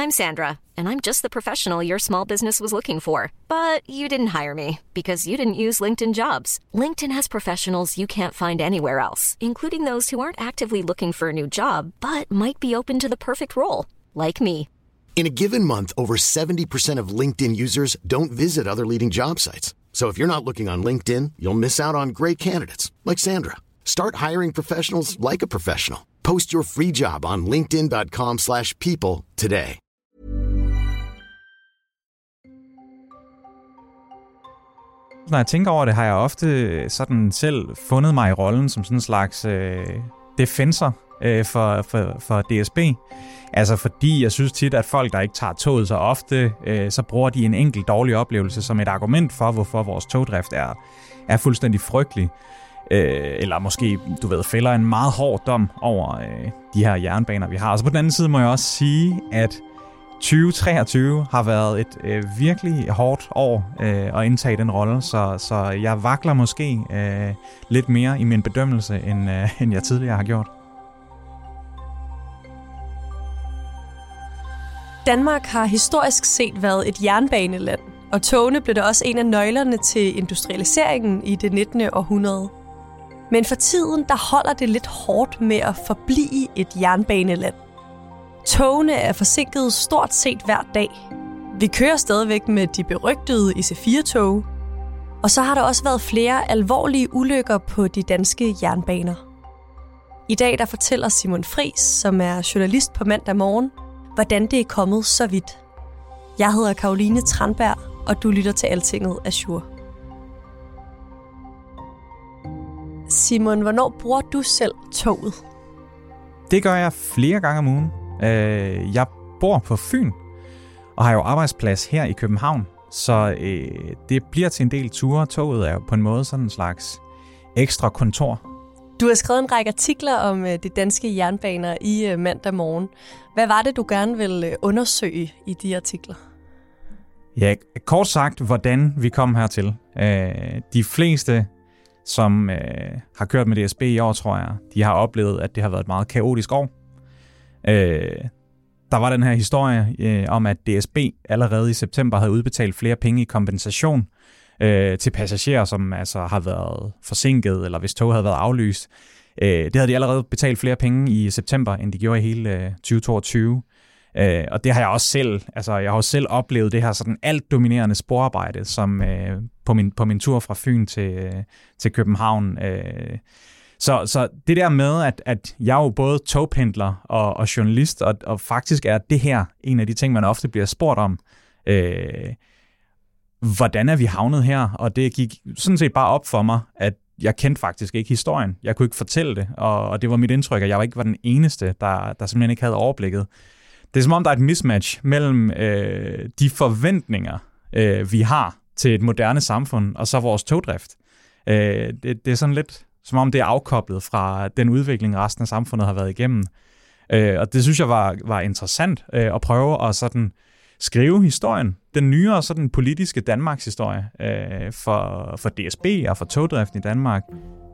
I'm Sandra, and I'm just the professional your small business was looking for. But you didn't hire me because you didn't use LinkedIn Jobs. LinkedIn has professionals you can't find anywhere else, including those who aren't actively looking for a new job, but might be open to the perfect role, like me. In a given month, over 70% of LinkedIn users don't visit other leading job sites. So if you're not looking on LinkedIn, you'll miss out on great candidates like Sandra. Start hiring professionals like a professional. Post your free job on linkedin.com/people today. Når jeg tænker over det, har jeg ofte sådan selv fundet mig i rollen som sådan en slags defensor for DSB. Altså fordi jeg synes tit, at folk, der ikke tager toget så ofte, så bruger de en enkelt dårlig oplevelse som et argument for, hvorfor vores togdrift er fuldstændig frygtelig. Eller måske, fælder en meget hård dom over de her jernbaner, vi har. Og så på den anden side må jeg også sige, at 2023 har været et virkelig hårdt år at indtage den rolle, så jeg vakler måske lidt mere i min bedømmelse, end jeg tidligere har gjort. Danmark har historisk set været et jernbaneland, og togene blev da også en af nøglerne til industrialiseringen i det 19. århundrede. Men for tiden, der holder det lidt hårdt med at forblive et jernbaneland. Togene er forsinket stort set hver dag. Vi kører stadigvæk med de berygtede IC4-tog. Og så har der også været flere alvorlige ulykker på de danske jernbaner. I dag der fortæller Simon Friis, som er journalist på Mandag Morgen, hvordan det er kommet så vidt. Jeg hedder Caroline Tranberg, og du lytter til Altinget Azure. Simon, hvornår bruger du selv toget? Det gør jeg flere gange om ugen. Jeg bor på Fyn og har jo arbejdsplads her i København, så det bliver til en del ture. Toget er jo på en måde sådan en slags ekstra kontor. Du har skrevet en række artikler om de danske jernbaner i Mandag Morgen. Hvad var det, du gerne ville undersøge i de artikler? Ja, kort sagt, hvordan vi kom hertil. De fleste, som har kørt med DSB i år, tror jeg, de har oplevet, at det har været et meget kaotisk år. Der var den her historie om, at DSB allerede i september havde udbetalt flere penge i kompensation til passagerer, som altså har været forsinket, eller hvis tog havde været aflyst. Det havde de allerede betalt flere penge i september, end de gjorde i hele 2022. Og det har jeg også selv, jeg har også selv oplevet det her sådan alt dominerende sporarbejde, som på min tur fra Fyn til København. Så det der med, at jeg er jo både togpendler og journalist, og faktisk er det her en af de ting, man ofte bliver spurgt om. Hvordan er vi havnet her? Og det gik sådan set bare op for mig, at jeg kendte faktisk ikke historien. Jeg kunne ikke fortælle det, og det var mit indtryk, at jeg ikke var den eneste, der simpelthen ikke havde overblikket. Det er som om, der er et mismatch mellem de forventninger, vi har til et moderne samfund, og så vores togdrift. Det er sådan lidt som om det er afkoblet fra den udvikling, resten af samfundet har været igennem. Og det synes jeg var interessant at prøve at sådan skrive historien, den nyere sådan politiske Danmarks historie for DSB og for togdriften i Danmark.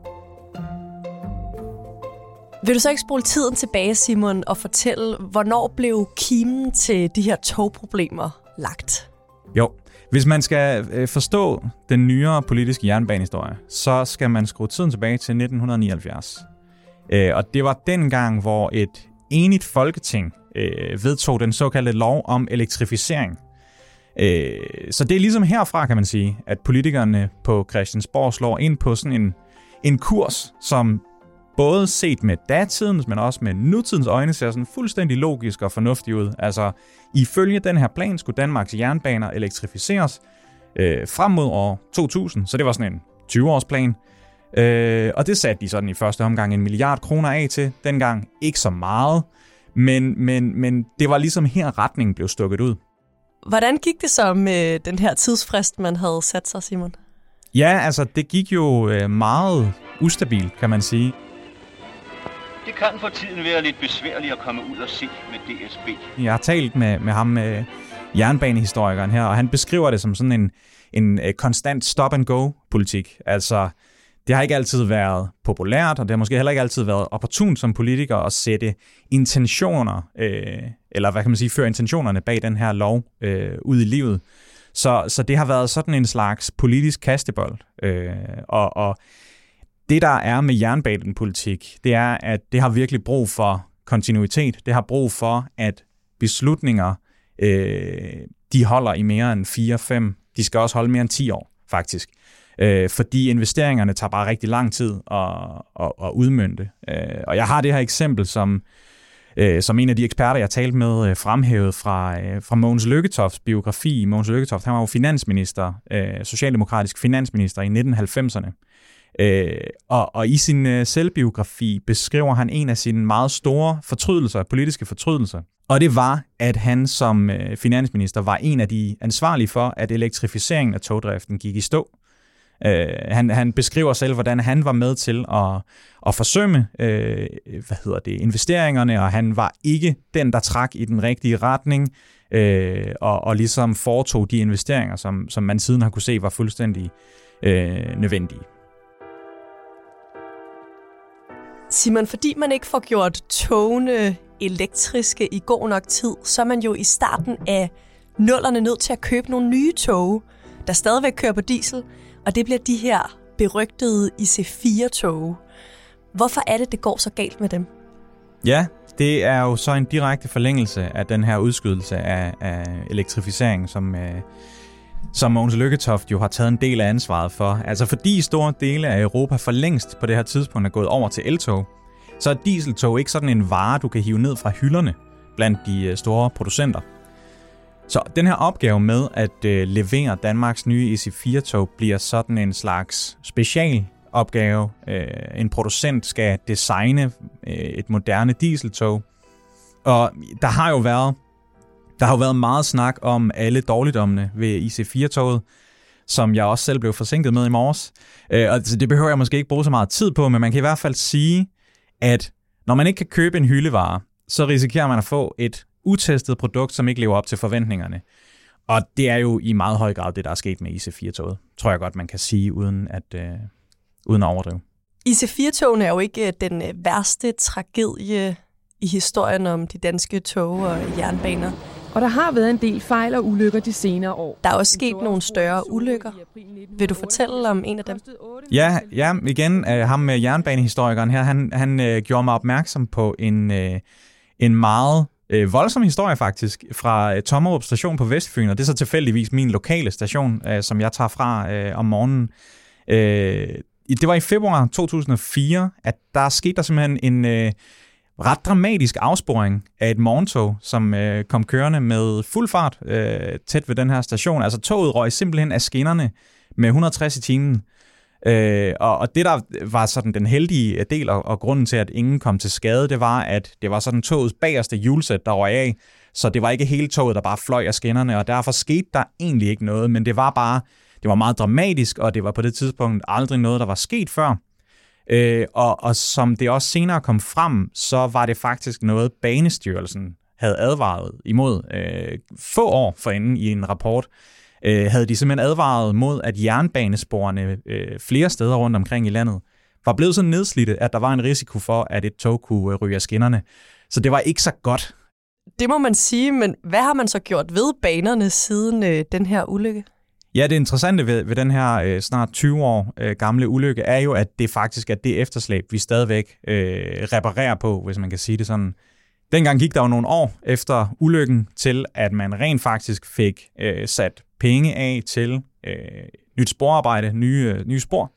Vil du så ikke spole tiden tilbage, Simon, og fortælle, hvornår blev kimen til de her togproblemer lagt? Jo, hvis man skal forstå den nyere politiske jernbanehistorie, så skal man skrue tiden tilbage til 1979. Og det var dengang, hvor et enigt folketing vedtog den såkaldte lov om elektrificering. Så det er ligesom herfra, kan man sige, at politikerne på Christiansborg slår ind på sådan en kurs, som både set med datidens, men også med nutidens øjne, ser sådan fuldstændig logisk og fornuftig ud. Altså, ifølge den her plan skulle Danmarks jernbaner elektrificeres frem mod år 2000, så det var sådan en 20-årsplan. Og det satte de sådan i første omgang 1 milliard kroner af til. Dengang ikke så meget, men det var ligesom her retningen blev stukket ud. Hvordan gik det så med den her tidsfrist, man havde sat sig, Simon? Ja, altså det gik jo meget ustabilt, kan man sige. Det kan for tiden være lidt besværligt at komme ud og se med DSB. Jeg har talt med ham, jernbanehistorikeren her, og han beskriver det som sådan en konstant stop-and-go-politik. Altså, det har ikke altid været populært, og det har måske heller ikke altid været opportunt som politiker at sætte intentioner, eller hvad kan man sige, føre intentionerne bag den her lov ud i livet. Så det har været sådan en slags politisk kastebold. Og det, der er med jernbanepolitik, det er, at det har virkelig brug for kontinuitet. Det har brug for, at beslutninger, de holder i mere end 4-5. De skal også holde mere end 10 år, faktisk. Fordi investeringerne tager bare rigtig lang tid at udmønte. Og jeg har det her eksempel, som en af de eksperter, jeg talte med, fremhævet fra Mogens Lykketofts biografi. Mogens Lykketoft, han var jo finansminister, socialdemokratisk finansminister i 1990'erne. Og i sin selvbiografi beskriver han en af sine meget store fortrydelser, politiske fortrydelser. Og det var, at han som finansminister var en af de ansvarlige for, at elektrificeringen af togdriften gik i stå. Han beskriver selv, hvordan han var med til at forsømme investeringerne, og han var ikke den, der trak i den rigtige retning, og ligesom foretog de investeringer, som man siden har kunne se var fuldstændig nødvendige. Simon, fordi man ikke får gjort togene elektriske i god nok tid, så er man jo i starten af 00'erne nødt til at købe nogle nye tog, der stadigvæk kører på diesel, og det bliver de her berygtede IC4-tog. Hvorfor er det går så galt med dem? Ja, det er jo så en direkte forlængelse af den her udskydelse af elektrificering, som Mogens Lykketoft jo har taget en del af ansvaret for. Altså fordi store dele af Europa for længst på det her tidspunkt er gået over til eltog, så er dieseltog ikke sådan en vare, du kan hive ned fra hylderne blandt de store producenter. Så den her opgave med at levere Danmarks nye IC4-tog bliver sådan en slags specialopgave. En producent skal designe et moderne dieseltog. Og der har jo været meget snak om alle dårligdommene ved IC4-toget, som jeg også selv blev forsinket med i morges. Og det behøver jeg måske ikke bruge så meget tid på, men man kan i hvert fald sige, at når man ikke kan købe en hyldevare, så risikerer man at få et utestet produkt, som ikke lever op til forventningerne. Og det er jo i meget høj grad det, der er sket med IC4-toget. Tror jeg godt, man kan sige, uden at overdrive. IC4-togene er jo ikke den værste tragedie i historien om de danske tog og jernbaner. Og der har været en del fejl og ulykker de senere år. Der er også sket nogle større ulykker. Vil du fortælle om en af dem? Ja, igen, ham med jernbanehistorikeren her, han gjorde mig opmærksom på en meget voldsom historie faktisk, fra Tommerup station på Vestfyn, og det er så tilfældigvis min lokale station, som jeg tager fra om morgenen. Det var i februar 2004, at der skete der simpelthen en ret dramatisk afsporing af et morgentog, som kom kørende med fuld fart tæt ved den her station. Altså toget røg simpelthen af skinnerne med 160 i timen. Og det, der var sådan den heldige del og grunden til, at ingen kom til skade, det var, at det var sådan togets bagerste hjulsæt, der røg af. Så det var ikke hele toget, der bare fløj af skinnerne, og derfor skete der egentlig ikke noget. Men det var meget dramatisk, og det var på det tidspunkt aldrig noget, der var sket før. Og som det også senere kom frem, så var det faktisk noget, Banestyrelsen havde advaret imod. Få år forinden i en rapport havde de simpelthen advaret mod, at jernbanesporene flere steder rundt omkring i landet var blevet så nedslidte, at der var en risiko for, at et tog kunne ryge af skinnerne. Så det var ikke så godt. Det må man sige, men hvad har man så gjort ved banerne siden den her ulykke? Ja, det interessante ved den her snart 20 år gamle ulykke er jo, at det faktisk er det efterslæb, vi stadigvæk reparerer på, hvis man kan sige det sådan. Dengang gik der jo nogle år efter ulykken til, at man rent faktisk fik sat penge af til nyt sporarbejde, nye spor,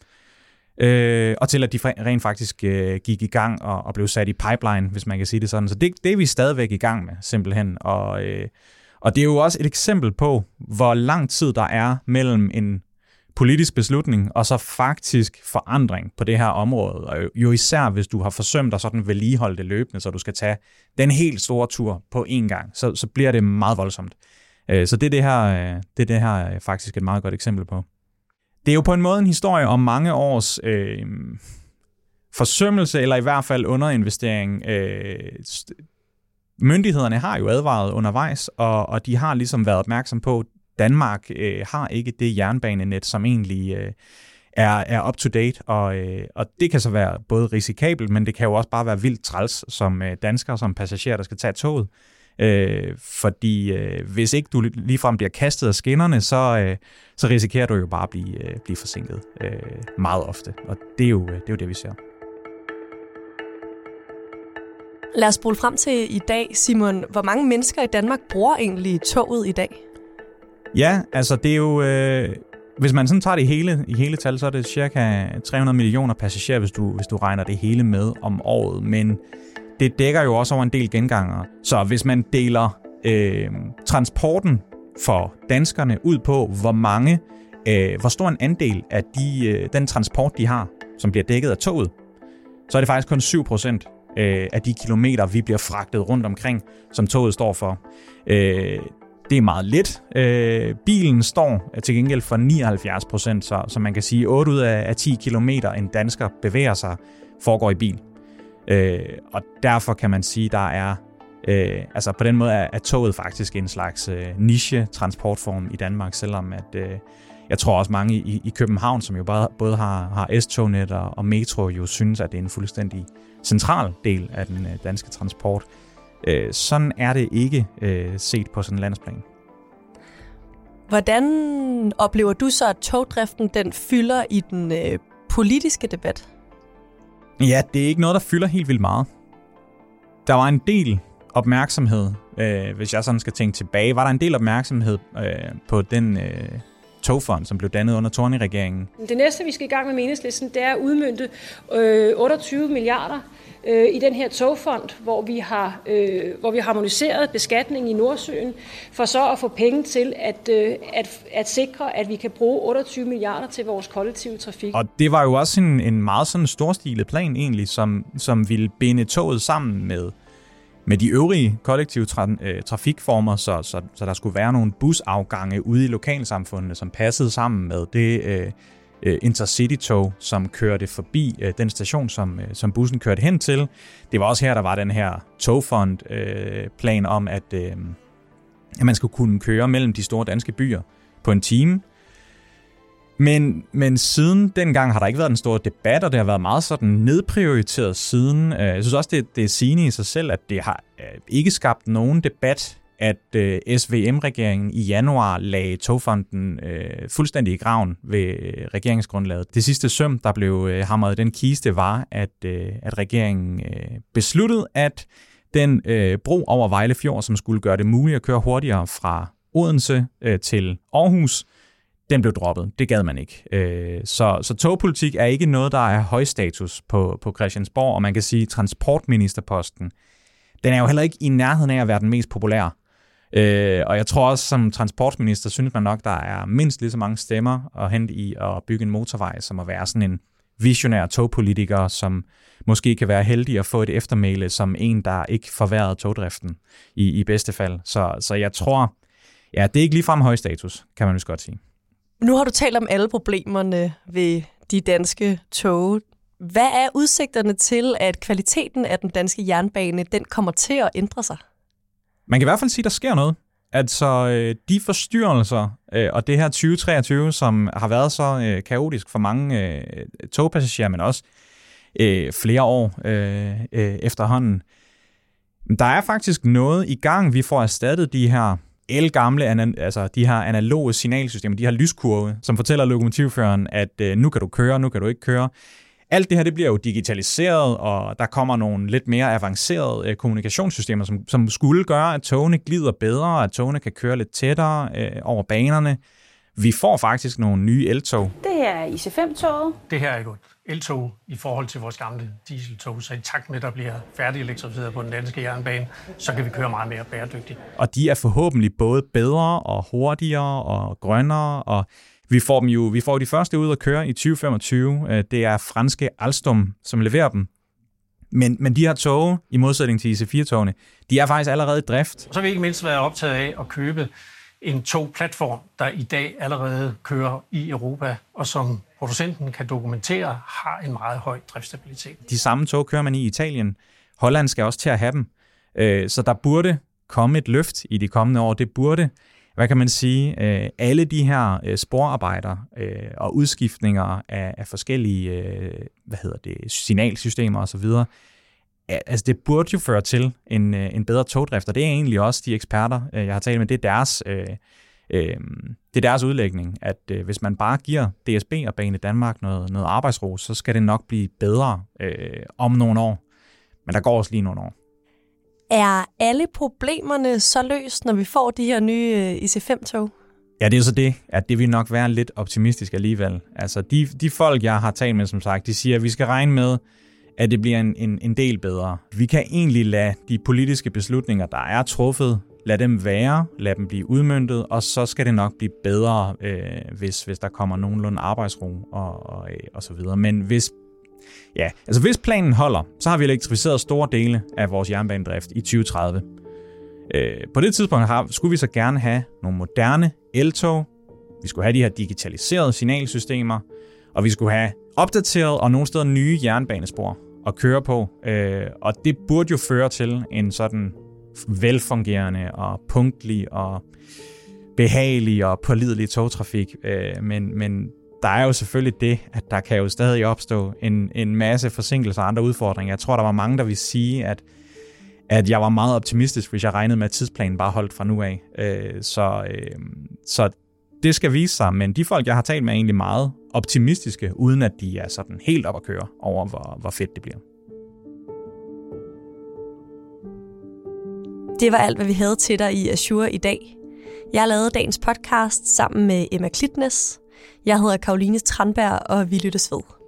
og til at de rent faktisk gik i gang og blev sat i pipeline, hvis man kan sige det sådan. Så det er vi stadigvæk i gang med, simpelthen. Og det er jo også et eksempel på, hvor lang tid der er mellem en politisk beslutning og så faktisk forandring på det her område. Og jo især, hvis du har forsømt at sådan vedligeholde det løbende, så du skal tage den helt store tur på én gang, så bliver det meget voldsomt. Så det er det her faktisk et meget godt eksempel på. Det er jo på en måde en historie om mange års forsømmelse, eller i hvert fald underinvestering. Myndighederne har jo advaret undervejs, og de har ligesom været opmærksom på, at Danmark har ikke det jernbanenet, som egentlig er up to date, og det kan så være både risikabelt, men det kan jo også bare være vildt træls som dansker, som passager, der skal tage toget. Fordi hvis ikke du ligefrem bliver kastet af skinnerne, så risikerer du jo bare at blive forsinket meget ofte, og det er jo det, vi ser. Lad os spole frem til i dag, Simon. Hvor mange mennesker i Danmark bruger egentlig toget i dag? Ja, altså det er jo... Hvis man sådan tager det i hele tal, så er det cirka 300 millioner passagerer, hvis du regner det hele med om året. Men det dækker jo også over en del gengangere. Så hvis man deler transporten for danskerne ud på, hvor stor en andel af den transport, de har, som bliver dækket af toget, så er det faktisk kun 7% af de kilometer, vi bliver fragtet rundt omkring, som toget står for. Det er meget lidt. Bilen står til gengæld for 79%, så man kan sige, at 8 ud af 10 kilometer, en dansker bevæger sig, foregår i bil. Og derfor kan man sige, der er... altså på den måde er toget faktisk en slags niche-transportform i Danmark, selvom at... Jeg tror også mange i København, som jo både har S-tognet og metro, jo synes, at det er en fuldstændig central del af den danske transport. Sådan er det ikke set på sådan en landsplan. Hvordan oplever du så, at togdriften den fylder i den politiske debat? Ja, det er ikke noget, der fylder helt vildt meget. Der var en del opmærksomhed, hvis jeg sådan skal tænke tilbage, var der en del opmærksomhed på den... togfond, som blev dannet under Thorning-regeringen. Det næste, vi skal i gang med Enhedslisten, det er at udmønte 28 milliarder i den her togfond, hvor vi har harmoniseret beskatningen i Nordsøen, for så at få penge til at sikre, at vi kan bruge 28 milliarder til vores kollektive trafik. Og det var jo også en meget sådan storstilet plan egentlig, som ville binde toget sammen med de øvrige kollektive trafikformer, så der skulle være nogle busafgange ude i lokalsamfundene, som passede sammen med det intercity-tog, som kørte forbi den station, som bussen kørte hen til. Det var også her, der var den her togfond-plan om, at man skulle kunne køre mellem de store danske byer på en time. Men siden dengang har der ikke været en stor debat, og det har været meget sådan nedprioriteret siden. Jeg synes også, det er sigende i sig selv, at det har ikke skabt nogen debat, at SVM-regeringen i januar lagde togfonden fuldstændig i graven ved regeringsgrundlaget. Det sidste søm, der blev hamret i den kiste, var, at regeringen besluttede, at den bro over Vejle Fjord, som skulle gøre det muligt at køre hurtigere fra Odense til Aarhus, den blev droppet. Det gad man ikke. Så togpolitik er ikke noget, der er højstatus på Christiansborg, og man kan sige, at transportministerposten, den er jo heller ikke i nærheden af at være den mest populære. Og jeg tror også, som transportminister, synes man nok, der er mindst lige så mange stemmer at hente i at bygge en motorvej, som at være sådan en visionær togpolitiker, som måske kan være heldig at få et eftermæle som en, der ikke forværrede togdriften i bedste fald. Så jeg tror, ja, det er ikke ligefrem højstatus, kan man jo godt sige. Nu har du talt om alle problemerne ved de danske tog. Hvad er udsigterne til, at kvaliteten af den danske jernbane, den kommer til at ændre sig? Man kan i hvert fald sige, at der sker noget. Altså de forstyrrelser og det her 2023, som har været så kaotisk for mange togpassagerer, men også flere år efterhånden. Der er faktisk noget i gang. Vi får erstattet de her ældgamle, altså de her analoge signalsystemer, de her lyskurve, som fortæller lokomotivføreren, at nu kan du køre, nu kan du ikke køre. Alt det her, det bliver jo digitaliseret, og der kommer nogle lidt mere avancerede kommunikationssystemer, som skulle gøre, at togene glider bedre, at togene kan køre lidt tættere over banerne. Vi får faktisk nogle nye eltog. Det her er IC5-toget. Det her er jo et eltog i forhold til vores gamle dieseltog, så i takt med, at der bliver færdigelektrificeret på den danske jernbane, så kan vi køre meget mere bæredygtigt. Og de er forhåbentlig både bedre og hurtigere og grønnere, og vi får de første ud at køre i 2025. Det er franske Alstom, som leverer dem. Men de her tog, i modsætning til IC4-togene, de er faktisk allerede i drift. Så har vi ikke mindst været optaget af at købe en togplatform, der i dag allerede kører i Europa, og som producenten kan dokumentere, har en meget høj driftsstabilitet. De samme tog kører man i Italien. Holland skal også til at have dem. Så der burde komme et løft i de kommende år. Det burde hvad kan man sige, alle de her sporarbejder og udskiftninger af forskellige signalsystemer osv., altså det burde jo føre til en bedre togdrift, og det er egentlig også de eksperter, jeg har talt med, det er deres udlægning, at hvis man bare giver DSB og Banedanmark noget arbejdsro, så skal det nok blive bedre om nogle år. Men der går også lige nogle år. Er alle problemerne så løst, når vi får de her nye IC5-tog? Ja, det er så det, at det vil nok være lidt optimistisk alligevel. Altså de folk, jeg har talt med, som sagt, de siger, at vi skal regne med, at det bliver en del bedre. Vi kan egentlig lade de politiske beslutninger, der er truffet, lad dem være, lad dem blive udmøntet, og så skal det nok blive bedre, hvis der kommer nogenlunde arbejdsro og så videre. Men hvis planen holder, så har vi elektrificeret store dele af vores jernbanedrift i 2030. På det tidspunkt skulle vi så gerne have nogle moderne eltog, vi skulle have de her digitaliserede signalsystemer, og vi skulle have opdateret og nogle steder nye jernbanespor at køre på. Og det burde jo føre til en sådan velfungerende og punktlig og behagelig og pålidelig togtrafik. Men der er jo selvfølgelig det, at der kan jo stadig opstå en masse forsinkelser og andre udfordringer. Jeg tror, der var mange, der vil sige, at jeg var meget optimistisk, hvis jeg regnede med, at tidsplanen bare holdt fra nu af. Så det skal vise sig, men de folk, jeg har talt med, er egentlig meget optimistiske, uden at de er sådan helt op at køre over, hvor fedt det bliver. Det var alt, hvad vi havde til dig i Azure i dag. Jeg lavede dagens podcast sammen med Emma Klitnes. Jeg hedder Karoline Tranberg, og vi lyttes ved.